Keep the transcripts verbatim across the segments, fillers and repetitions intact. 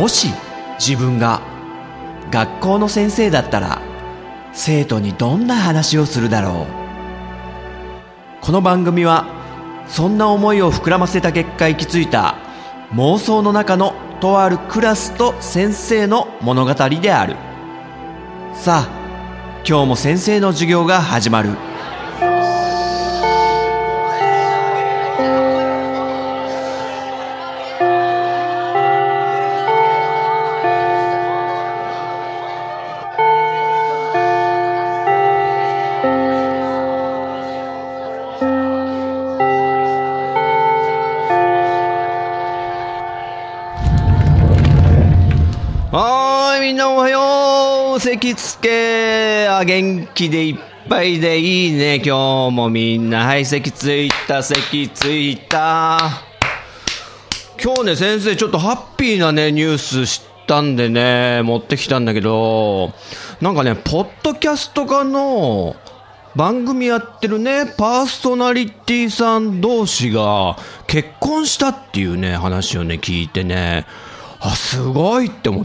もし自分が学校の先生だったら生徒にどんな話をするだろう。この番組はそんな思いを膨らませた結果行き着いた妄想の中のとあるクラスと先生の物語である。さあ今日も先生の授業が始まる。はーい、みんなおはよう。席つけ。あ、元気でいっぱいでいいね。今日もみんな、はい、席ついた、席ついた。今日ね、先生ちょっとハッピーなね、ニュース知ったんでね、持ってきたんだけど、なんかね、ポッドキャスト化の番組やってるね、パーソナリティさん同士が結婚したっていうね、話をね、聞いてね、あ、すごいって思って、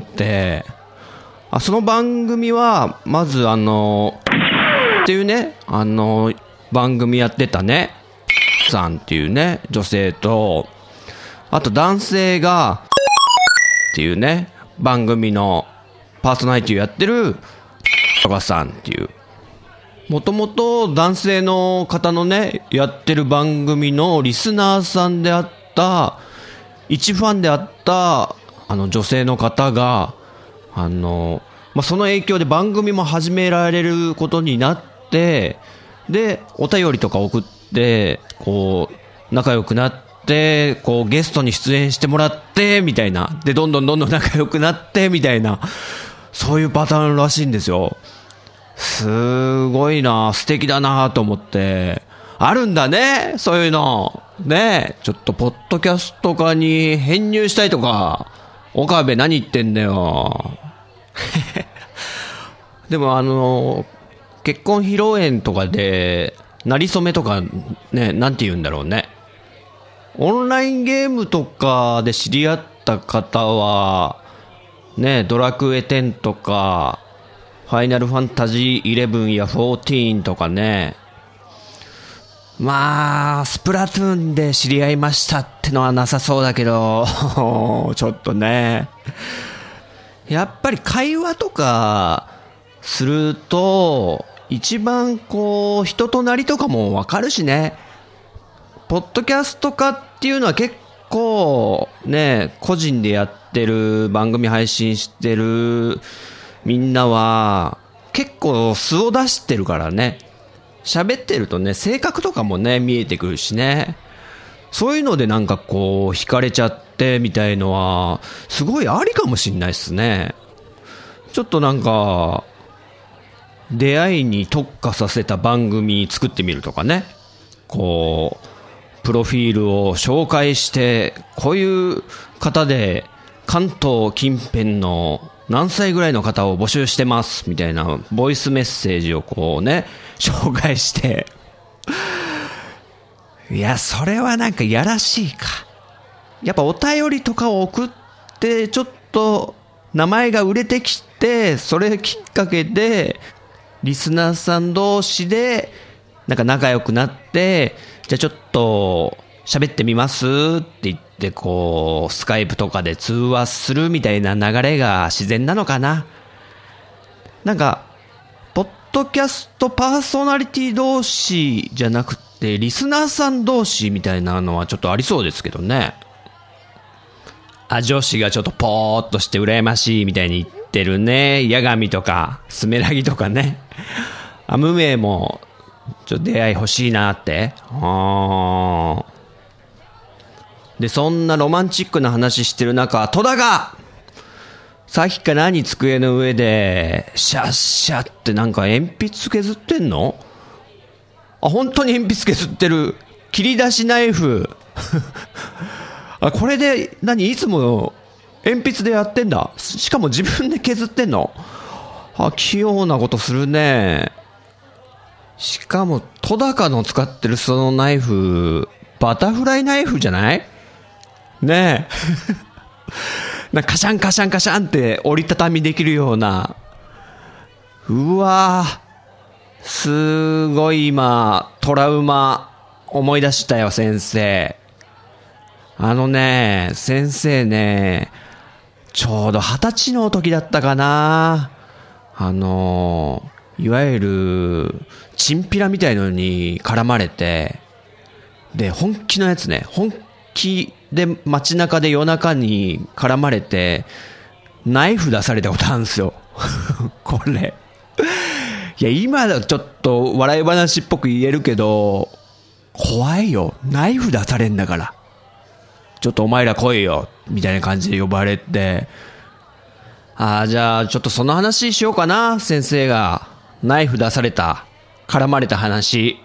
あ、その番組はまずあのっていうね、あの番組やってたねさんっていうね女性と、あと男性がっていうね番組のパーソナリティをやってるとかさんっていう、もともと男性の方のねやってる番組のリスナーさんであった、一ファンであったあの女性の方が、あの、まあ、その影響で番組も始められることになって、で、お便りとか送って、こう、仲良くなって、こう、ゲストに出演してもらって、みたいな。で、どんどんどんどん仲良くなって、みたいな。そういうパターンらしいんですよ。すごいな、素敵だなと思って。あるんだね、そういうの。ね、ちょっと、ポッドキャスト化に編入したいとか、岡部何言ってんだよ。でもあの結婚披露宴とかでなりそめとかね、なんて言うんだろうね、オンラインゲームとかで知り合った方はね、ドラクエテンとかファイナルファンタジーイレブンやフォーティーンとかね、まあスプラトゥーンで知り合いましたってのはなさそうだけどちょっとね、やっぱり会話とかすると一番こう人となりとかもわかるしね。ポッドキャスト化っていうのは結構ね、個人でやってる番組配信してるみんなは結構素を出してるからね、喋ってるとね、性格とかもね見えてくるしね、そういうのでなんかこう惹かれちゃってみたいのはすごいありかもしんないっすね。ちょっとなんか出会いに特化させた番組作ってみるとかね、こうプロフィールを紹介して、こういう方で関東近辺の何歳ぐらいの方を募集してますみたいなボイスメッセージをこうね紹介して、いやそれはなんかやらしいか。やっぱお便りとかを送ってちょっと名前が売れてきて、それきっかけでリスナーさん同士でなんか仲良くなって、じゃあちょっと喋ってみますって言ってこうスカイプとかで通話するみたいな流れが自然なのかな。なんかポッドキャストパーソナリティ同士じゃなくてリスナーさん同士みたいなのはちょっとありそうですけどね。あ、女子がちょっとポーっとして羨ましいみたいに言ってるね、ヤガミとかスメラギとかね、あ、無名もちょっと出会い欲しいなって。あで、そんなロマンチックな話してる中、戸田がさっきから何机の上でシャッシャってなんか鉛筆削ってんの？あ、本当に鉛筆削ってる。切り出しナイフあ、これで何、いつも鉛筆でやってんだ。しかも自分で削ってんの？あ、器用なことするね。しかも戸高の使ってるそのナイフ、バタフライナイフじゃない？ねえなんかカシャンカシャンカシャンって折りたたみできるような、うわー、すごい今トラウマ思い出したよ先生。あのね、先生ね、ちょうど二十歳の時だったかな。あのいわゆるチンピラみたいのに絡まれて、で本気のやつね、本気で街中で夜中に絡まれてナイフ出されたことあるんですよこれいや今だとちょっと笑い話っぽく言えるけど怖いよ。ナイフ出されんだから、ちょっとお前ら来いよみたいな感じで呼ばれて、ああじゃあちょっとその話しようかな。先生がナイフ出された、絡まれた話。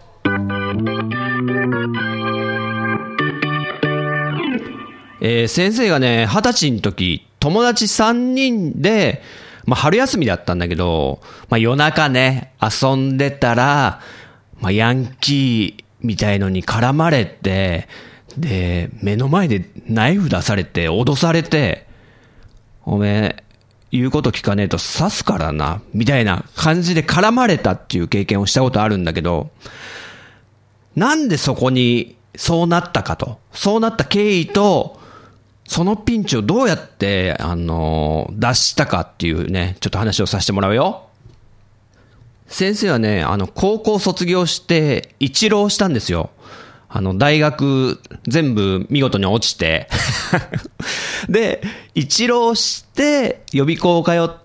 えー、先生がね二十歳の時、友達さんにんで、まあ、春休みだったんだけど、まあ、夜中ね遊んでたら、まあ、ヤンキーみたいのに絡まれて、で目の前でナイフ出されて脅されて、おめえ言うこと聞かねえと刺すからなみたいな感じで絡まれたっていう経験をしたことあるんだけど、なんでそこにそうなったかと、そうなった経緯とそのピンチをどうやってあの脱したかっていうね、ちょっと話をさせてもらうよ。先生はね、あの高校卒業して一浪したんですよ。あの大学全部見事に落ちてで一浪して予備校通って、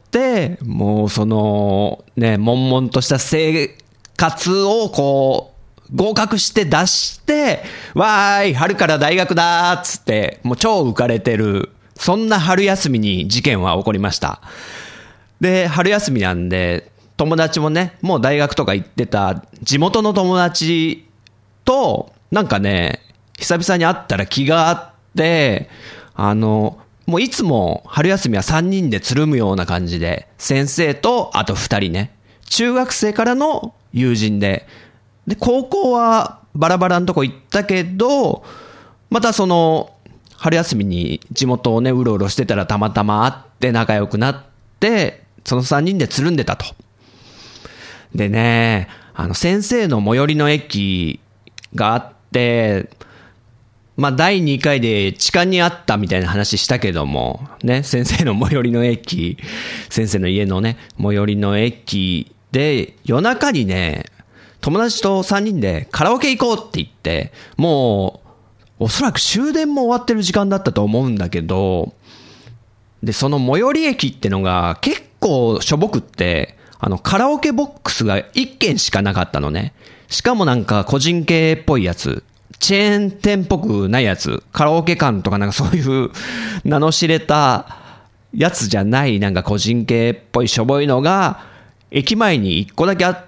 もうそのね悶々とした生活をこう合格して出して、わーい春から大学だーっつってもう超浮かれてる、そんな春休みに事件は起こりました。で春休みなんで友達もねもう大学とか行ってた地元の友達となんかね久々に会ったら気があって、あのもういつも春休みはさんにんでつるむような感じで、先生とあとふたりね、中学生からの友人で、で高校はバラバラのとこ行ったけど、またその春休みに地元をねうろうろしてたらたまたま会って仲良くなって、そのさんにんでつるんでたと。でね、あの先生の最寄りの駅があって、まあだいにかいで地下にあったみたいな話したけどもね、先生の最寄りの駅、先生の家のね最寄りの駅で夜中にね友達とさんにんでカラオケ行こうって言って、もうおそらく終電も終わってる時間だったと思うんだけど、でその最寄り駅ってのが結構しょぼくって、あのカラオケボックスがいっけんしかなかったのね。しかもなんか個人系っぽいやつ、チェーン店っぽくないやつ、カラオケ館とかなんかそういう名の知れたやつじゃない、なんか個人系っぽいしょぼいのが駅前にいっこだけあって、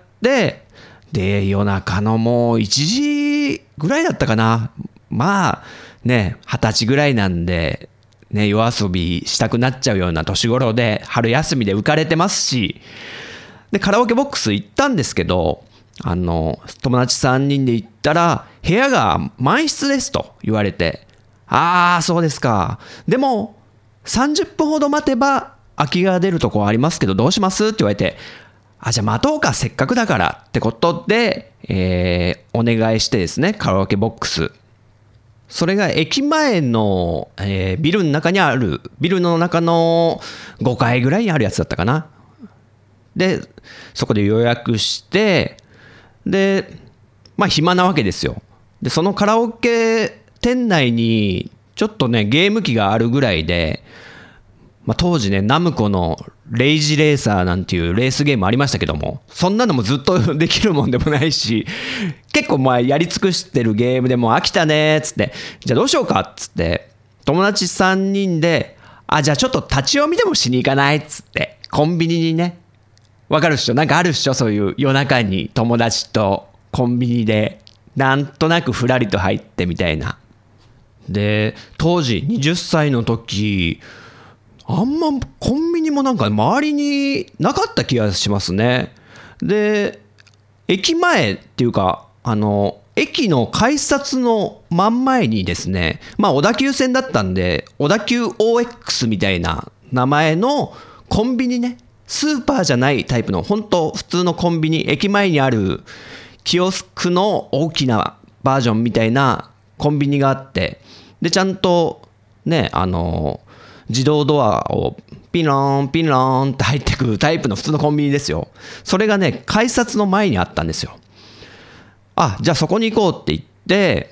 で夜中のもういちじぐらいだったかな。まあねはたちぐらいなんでね、夜遊びしたくなっちゃうような年頃で、春休みで浮かれてますし、でカラオケボックス行ったんですけど、あの友達さんにんで行ったら部屋が満室ですと言われて、ああそうですか、でもさんじゅっぷんほど待てば空きが出るとこありますけどどうしますって言われて、あじゃあ待とうかせっかくだからってことで、えー、お願いしてですね、カラオケボックス、それが駅前の、えー、ビルの中にある、ビルの中のごかいぐらいにあるやつだったかな。でそこで予約して、でまあ暇なわけですよ。でそのカラオケ店内にちょっとねゲーム機があるぐらいで、まあ、当時ねナムコのレイジレーサーなんていうレースゲームありましたけども、そんなのもずっとできるもんでもないし、結構まあやり尽くしてるゲームでもう飽きたねっつって、じゃあどうしようかっつって友達さんにんで、あじゃあちょっと立ち読みでもしに行かないっつってコンビニにね、わかるっしょ、なんかあるっしょ、そういう夜中に友達とコンビニでなんとなくふらりと入ってみたいな。で当時はたちの時、あんまコンビニもなんか周りになかった気がしますね。で駅前っていうか、あの駅の改札の真ん前にですね、まあ小田急線だったんで、小田急 オーエックス みたいな名前のコンビニね、スーパーじゃないタイプの、本当普通のコンビニ、駅前にあるキオスクの大きなバージョンみたいなコンビニがあって、で、ちゃんとね、あの、自動ドアをピローンピローンって入ってくるタイプの普通のコンビニですよ。それがね、改札の前にあったんですよ。あ、じゃあそこに行こうって言って、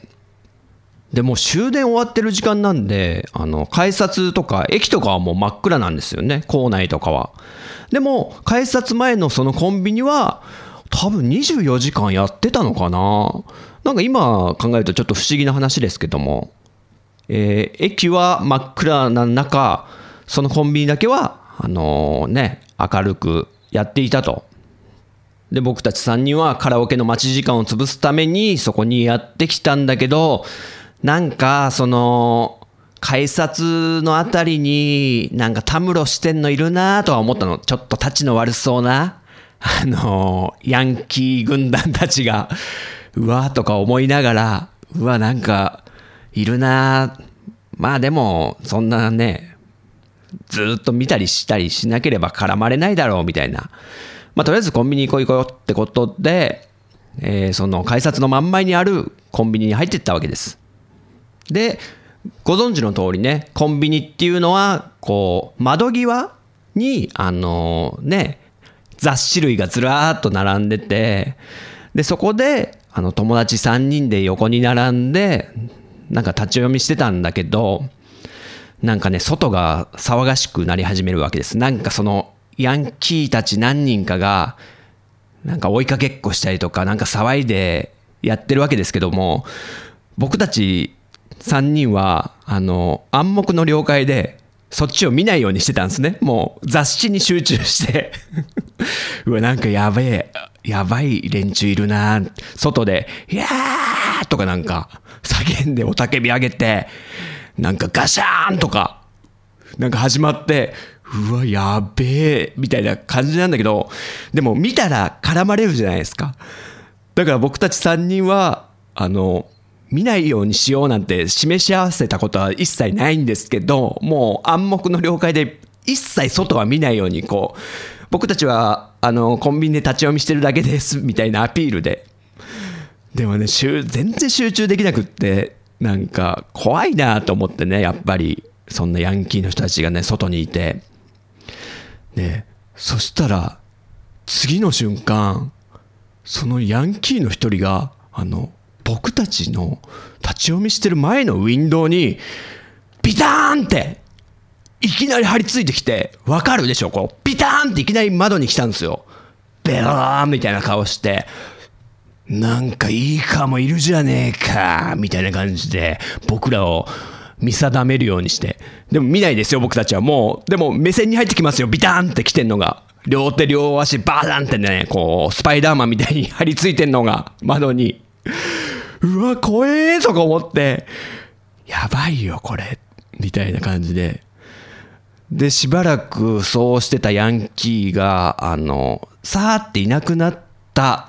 でもう終電終わってる時間なんで、あの改札とか駅とかはもう真っ暗なんですよね、構内とかは。でも改札前のそのコンビニは多分にじゅうよじかんやってたのかな。なんか今考えるとちょっと不思議な話ですけども、えー、駅は真っ暗な中、そのコンビニだけはあのー、ね明るくやっていたと。で、僕たちさんにんはカラオケの待ち時間を潰すためにそこにやってきたんだけど、なんかその改札のあたりになんかたむろしてんのいるなとは思ったの。ちょっとたちの悪そうなあのー、ヤンキー軍団たちがうわーとか思いながら、うわなんかいるな。まあでもそんなねずっと見たりしたりしなければ絡まれないだろうみたいな。まあ、とりあえずコンビニ行こう行こうってことで、えー、その改札の真ん前にあるコンビニに入っていったわけです。で、ご存知の通りね、コンビニっていうのはこう窓際にあのね雑誌類がずらーっと並んでて、でそこであの友達さんにんで横に並んでなんか立ち読みしてたんだけど、なんかね外が騒がしくなり始めるわけです。なんかそのヤンキーたち何人かがなんか追いかけっこしたりとかなんか騒いでやってるわけですけども、僕たちさんにんはあの暗黙の了解でそっちを見ないようにしてたんですね。もう雑誌に集中してうわなんかやべえやばい連中いるな、外でいやーとかなんか叫んで雄たけび上げてなんかガシャーンとかなんか始まって、うわやべえみたいな感じなんだけど、でも見たら絡まれるじゃないですか。だから僕たちさんにんはあの見ないようにしようなんて示し合わせたことは一切ないんですけど、もう暗黙の了解で一切外は見ないようにこう僕たちはあのコンビニで立ち読みしてるだけですみたいなアピールで、でもね全然集中できなくって、なんか怖いなと思ってね、やっぱりそんなヤンキーの人たちがね外にいて、でそしたら次の瞬間そのヤンキーの一人があの僕たちの立ち読みしてる前のウィンドウにビターンっていきなり張り付いてきて、わかるでしょ、こうビターンっていきなり窓に来たんですよ。ベローンみたいな顔して、なんかいいかもいるじゃねえかみたいな感じで僕らを見定めるようにして、でも見ないですよ僕たちは。もうでも目線に入ってきますよ、ビターンって来てんのが、両手両足バーンってね、こうスパイダーマンみたいに張り付いてんのが窓に。うわ怖えとか思って、やばいよこれみたいな感じで、でしばらくそうしてたヤンキーがあのさーっていなくなった、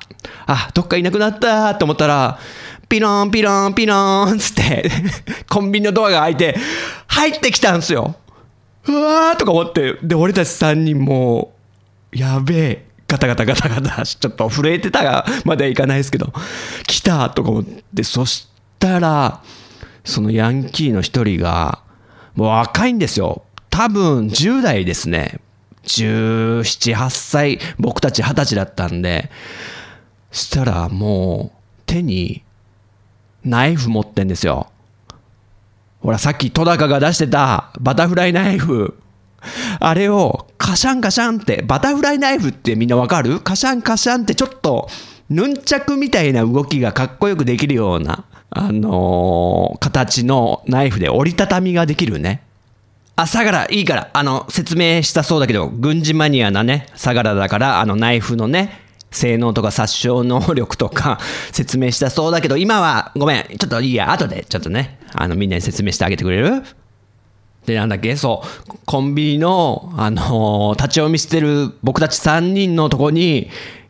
あどっかいなくなったと思ったらピローンピローンピローンつってコンビニのドアが開いて入ってきたんですよ。うわーとか思って、で俺たちさんにんもうやべえガタガタガタガタちょっと震えてたまではいかないですけど、来たとか思って、そしたらそのヤンキーの一人がもう若いんですよ。多分じゅう代ですね。じゅうなな、はっさい、僕たちはたちだったんで、したらもう手にナイフ持ってんですよ。ほらさっき戸高が出してたバタフライナイフ、あれをカシャンカシャンって、バタフライナイフってみんなわかる？カシャンカシャンってちょっとヌンチャクみたいな動きがかっこよくできるようなあのー、形のナイフで折りたたみができるね。あ、相良いいからあの説明したそうだけど、軍事マニアなね相良だから、あのナイフのね性能とか殺傷能力とか説明したそうだけど、今はごめんちょっといいや、後でちょっとねあのみんなに説明してあげてくれる？でなんだっけ、そうコンビニのあのー、立ち読みしてる僕たちさんにんのとこに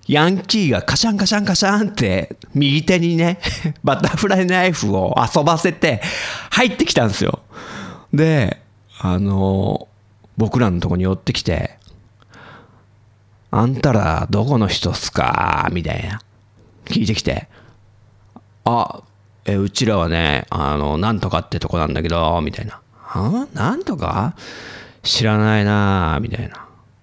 ヤンキーがカシャンカシャンカシャンって右手にねバタフライナイフを遊ばせて入ってきたんですよ。であの僕らのとこに寄ってきて、あんたらどこの人っすかみたいな聞いてきて、あえうちらはねあのなんとかってとこなんだけどみたいな、あなんとか知らないなみたいな、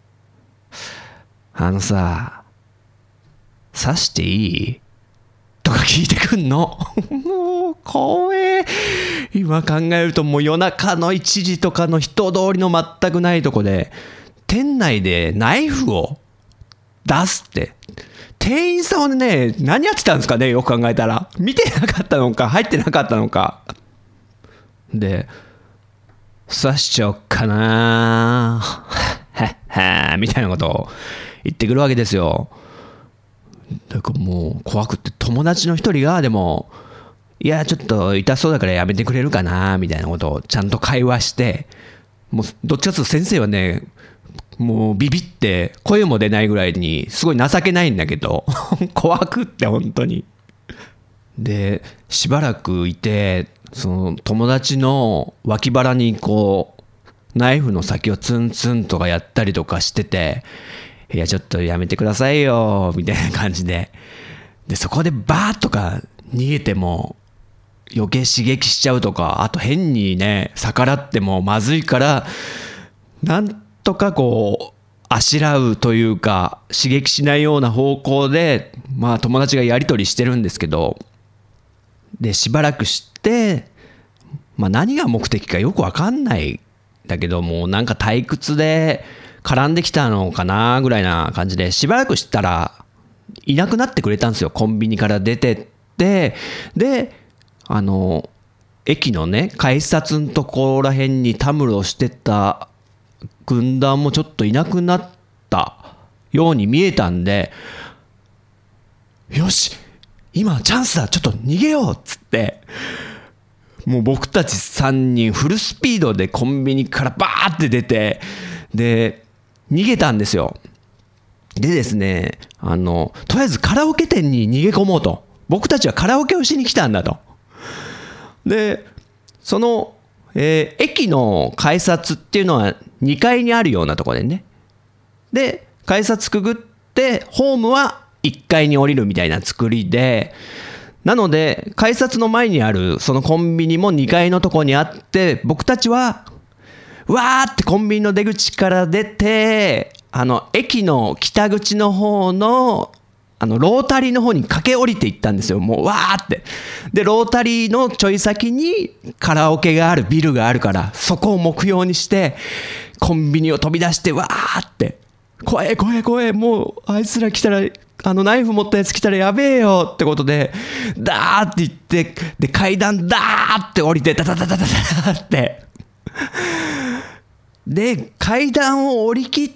あのさ刺していいとか聞いてくんのもう怖え。今考えるともう夜中のいちじとかの人通りの全くないとこで店内でナイフを出すって、店員さんはね何やってたんですかね。よく考えたら見てなかったのか入ってなかったのかで、刺しちゃおっかなははみたいなことを言ってくるわけですよ。だからもう怖くって、友達の一人がでもいやちょっと痛そうだからやめてくれるかなみたいなことをちゃんと会話して、もうどっちかというと先生はねもうビビって声も出ないぐらいにすごい情けないんだけど怖くって本当に。でしばらくいて、その友達の脇腹にこうナイフの先をツンツンとかやったりとかしてて、いやちょっとやめてくださいよみたいな感じで、でそこでバーッとか逃げても余計刺激しちゃうとか、あと変にね逆らってもまずいから、なんとかこうあしらうというか刺激しないような方向でまあ友達がやり取りしてるんですけど、でしばらくしてまあ何が目的かよくわかんないだけど、もうなんか退屈で絡んできたのかなぐらいな感じで、しばらくしたらいなくなってくれたんですよ。コンビニから出てって、であの駅のね改札のところら辺にたむろしてた軍団もちょっといなくなったように見えたんで、よし今チャンスだちょっと逃げようっつって、もう僕たちさんにんフルスピードでコンビニからバーって出て、で逃げたんですよ。でですね、あのとりあえずカラオケ店に逃げ込もうと、僕たちはカラオケをしに来たんだと。でその、えー、駅の改札っていうのはにかいにあるようなところでね、で改札くぐってホームはいっかいに降りるみたいな作りで、なので改札の前にあるそのコンビニもにかいのところにあって、僕たちはわーってコンビニの出口から出て、あの駅の北口の方のあのロータリーの方に駆け下りていったんですよ。もうわーって。でロータリーのちょい先にカラオケがあるビルがあるから、そこを目標にしてコンビニを飛び出してわーって、怖え怖え怖え、もうあいつら来たら、あのナイフ持ったやつ来たらやべえよってことでダーって行って、で階段ダーって降りてダダダダダダってで階段を降り切って、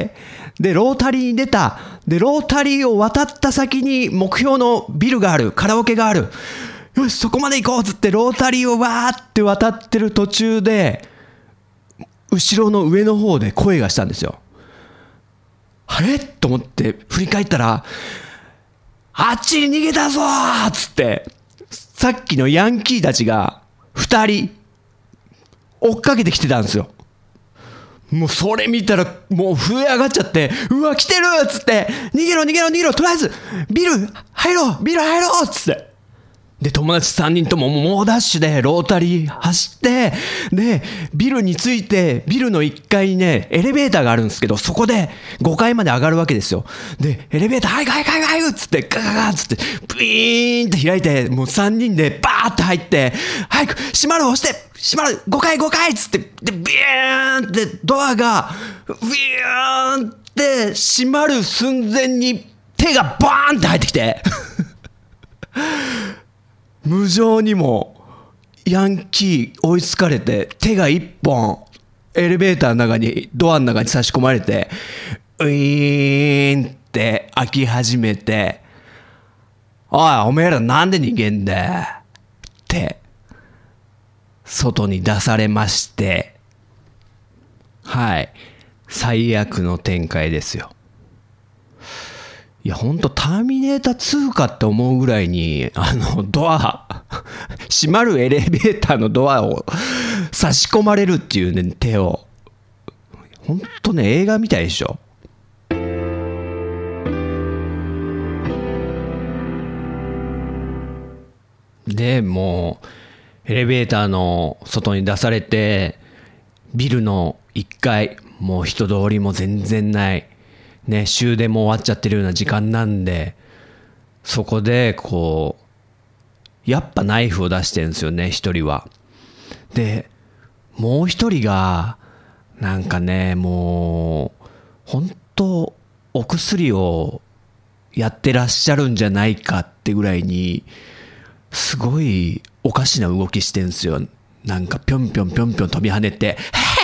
でロータリーに出た。でロータリーを渡った先に目標のビルがある、カラオケがある。よしそこまで行こうっつってロータリーをわーって渡ってる途中で、後ろの上の方で声がしたんですよ。あれと思って振り返ったら、あっちに逃げたぞーっつって、さっきのヤンキーたちがふたり追っかけてきてたんですよ。もうそれ見たらもう震え上がっちゃって、うわ来てるっつって、逃げろ逃げろ逃げろ、とりあえずビル入ろうビル入ろうっつって、で友達さんにんとも猛ダッシュでロータリー走って、でビルに着いて、ビルのいっかいにねエレベーターがあるんですけど、そこでごかいまで上がるわけですよ。でエレベーターはいはいはいはいっつってガガガッつってブイーンって開いて、もうさんにんでバーって入って、早く閉まる押して閉まるごかいごかいっつって、でビーンってドアがビーンって閉まる寸前に手がバーンって入ってきて無情にもヤンキー追いつかれて、手が一本エレベーターの中に、ドアの中に差し込まれて、ウィーンって開き始めて、おいおめえらなんで逃げんだって外に出されまして、はい、最悪の展開ですよ。 いやほんとターミネーターツーかって思うぐらいに、あのドア閉まるエレベーターのドアを差し込まれるっていうね、手を。ほんとね、映画みたいでしょ。でもうエレベーターの外に出されて、ビルのいっかい、もう人通りも全然ないね、終電も終わっちゃってるような時間なんで、そこでこうやっぱナイフを出してるんですよね、一人は。でもう一人がなんかね、もう本当お薬をやってらっしゃるんじゃないかってぐらいにすごいおかしな動きしてんすよ。なんかぴょんぴょんぴょんぴょん飛び跳ねて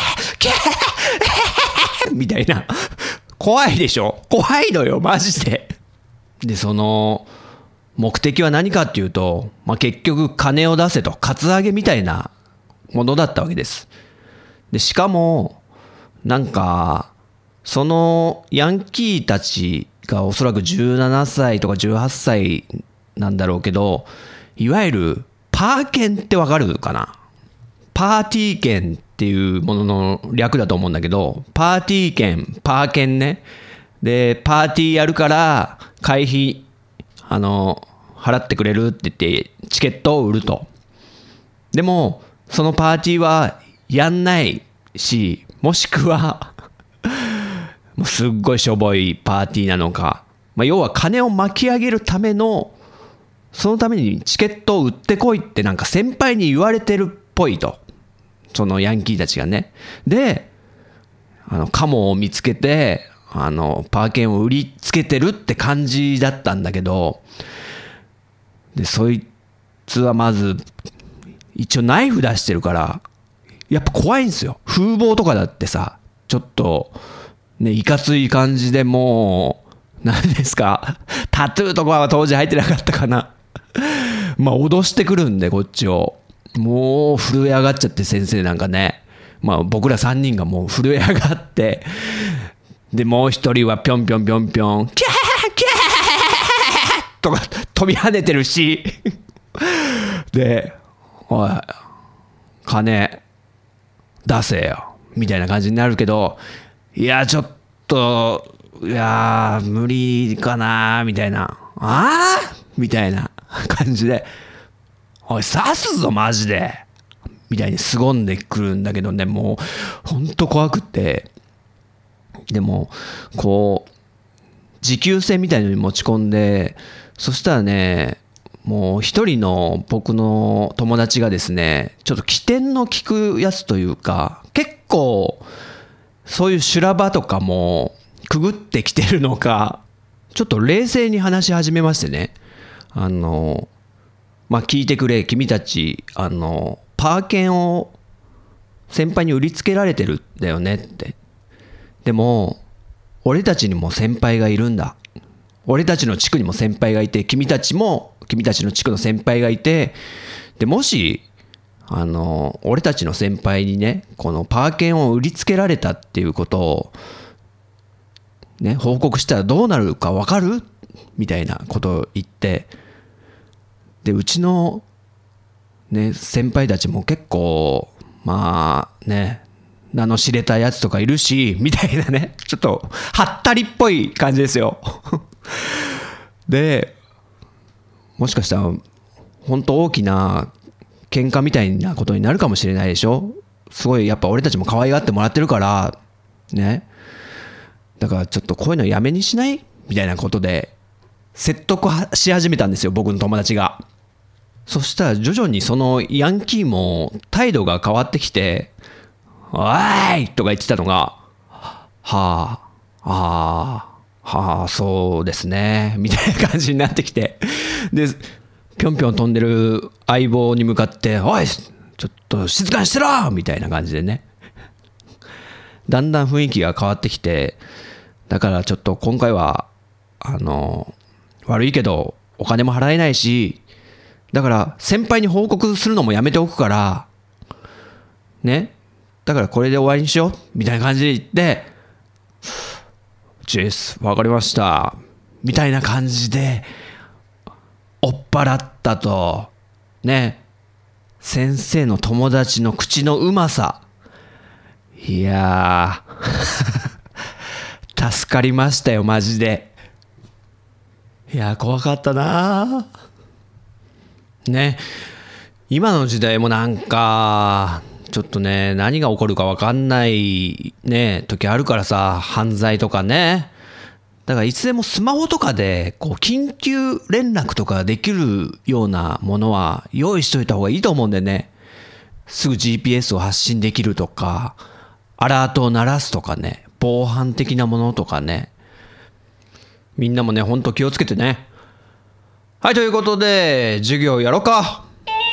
みたいな。怖いでしょ、怖いのよマジで。でその目的は何かっていうと、まあ、結局金を出せと、カツアゲみたいなものだったわけです。でしかもなんかそのヤンキーたちがおそらくじゅうななさいとかじゅうはっさいなんだろうけど、いわゆるパー券ってわかるかな。パーティー券っていうものの略だと思うんだけど、パーティー券、パー券ね。でパーティーやるから会費あの払ってくれるって言ってチケットを売ると。でもそのパーティーはやんないし、もしくはもうすっごいしょぼいパーティーなのか、まあ、要は金を巻き上げるための、そのためにチケットを売ってこいってなんか先輩に言われてるっぽいと、そのヤンキーたちがね。であのカモを見つけて、あのパー券を売りつけてるって感じだったんだけど、でそいつはまず一応ナイフ出してるからやっぱ怖いんですよ。風貌とかだってさ、ちょっとねいかつい感じで、もう何ですか、タトゥーとかは当時入ってなかったかな。まあ脅してくるんでこっちを、もう震え上がっちゃって、先生なんかね、まあ僕らさんにんがもう震え上がって、でもう一人はぴょんぴょんぴょんぴょんキャーキャーとか飛び跳ねてるしでおい金出せよみたいな感じになるけど、いやちょっといや無理かなみたいな、ああみたいな感じで、おい刺すぞマジでみたいに凄んでくるんだけどね、もうほんと怖くって。でもこう持久戦みたいのに持ち込んで、そしたらね、もう一人の僕の友達がですね、ちょっと起点の利くやつというか、結構そういう修羅場とかもくぐってきてるのか、ちょっと冷静に話し始めましてね、あのまあ聞いてくれ君たち、あのパー券を先輩に売りつけられてるんだよねって。でも俺たちにも先輩がいるんだ、俺たちの地区にも先輩がいて、君たちも君たちの地区の先輩がいて、でもしあの俺たちの先輩にね、このパー券を売りつけられたっていうことをね報告したらどうなるか分かるみたいなことを言って、でうちのね先輩たちも結構まあね名の知れたやつとかいるしみたいなね、ちょっとはったりっぽい感じですよでもしかしたら本当大きな喧嘩みたいなことになるかもしれないでしょ。すごいやっぱ俺たちも可愛がってもらってるからね、だからちょっとこういうのやめにしないみたいなことで説得し始めたんですよ、僕の友達が。そしたら徐々にそのヤンキーも態度が変わってきて、おーいとか言ってたのが、はあ、ああ、はあ、そうですねみたいな感じになってきて、でぴょんぴょん飛んでる相棒に向かって、おいちょっと静かにしてろみたいな感じでね、だんだん雰囲気が変わってきて、だからちょっと今回はあの悪いけどお金も払えないし、だから先輩に報告するのもやめておくからね、だからこれで終わりにしようみたいな感じで言って、チェス分かりましたみたいな感じで追っ払ったとね、先生の友達の口のうまさ、いやー助かりましたよマジで。いやー怖かったなね。今の時代もなんかちょっとね、何が起こるか分かんないね時あるからさ、犯罪とかね。だからいつでもスマホとかでこう緊急連絡とかできるようなものは用意しといた方がいいと思うんでね。すぐ ジーピーエス を発信できるとか、アラートを鳴らすとかね、防犯的なものとかね。みんなもね、ほんと気をつけてね。はい、ということで授業やろうか。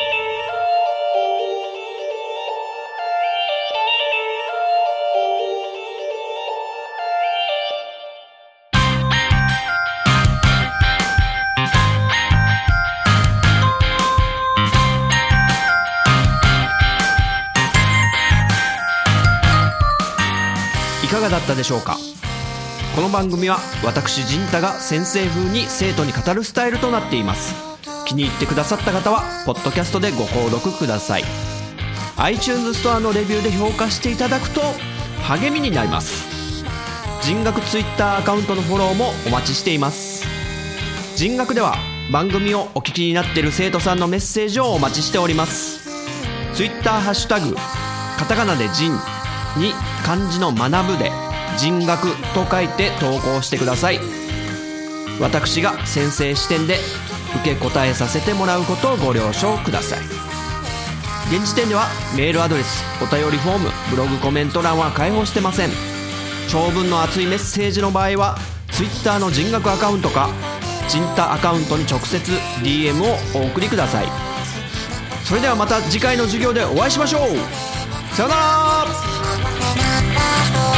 いかがだったでしょうか。この番組は私陣太が先生風に生徒に語るスタイルとなっています。気に入ってくださった方はポッドキャストでご購読ください。 iTunes ストアのレビューで評価していただくと励みになります。陣学 Twitter アカウントのフォローもお待ちしています。陣学では番組をお聞きになっている生徒さんのメッセージをお待ちしております。 Twitter ハッシュタグカタカナで陣に漢字の学ぶで人学と書いて投稿してください。私が先生視点で受け答えさせてもらうことをご了承ください。現時点ではメールアドレス、お便りフォーム、ブログコメント欄は開放してません。長文の熱いメッセージの場合は Twitter の人学アカウントか陣太アカウントに直接 ディーエム をお送りください。それではまた次回の授業でお会いしましょう。さよなら。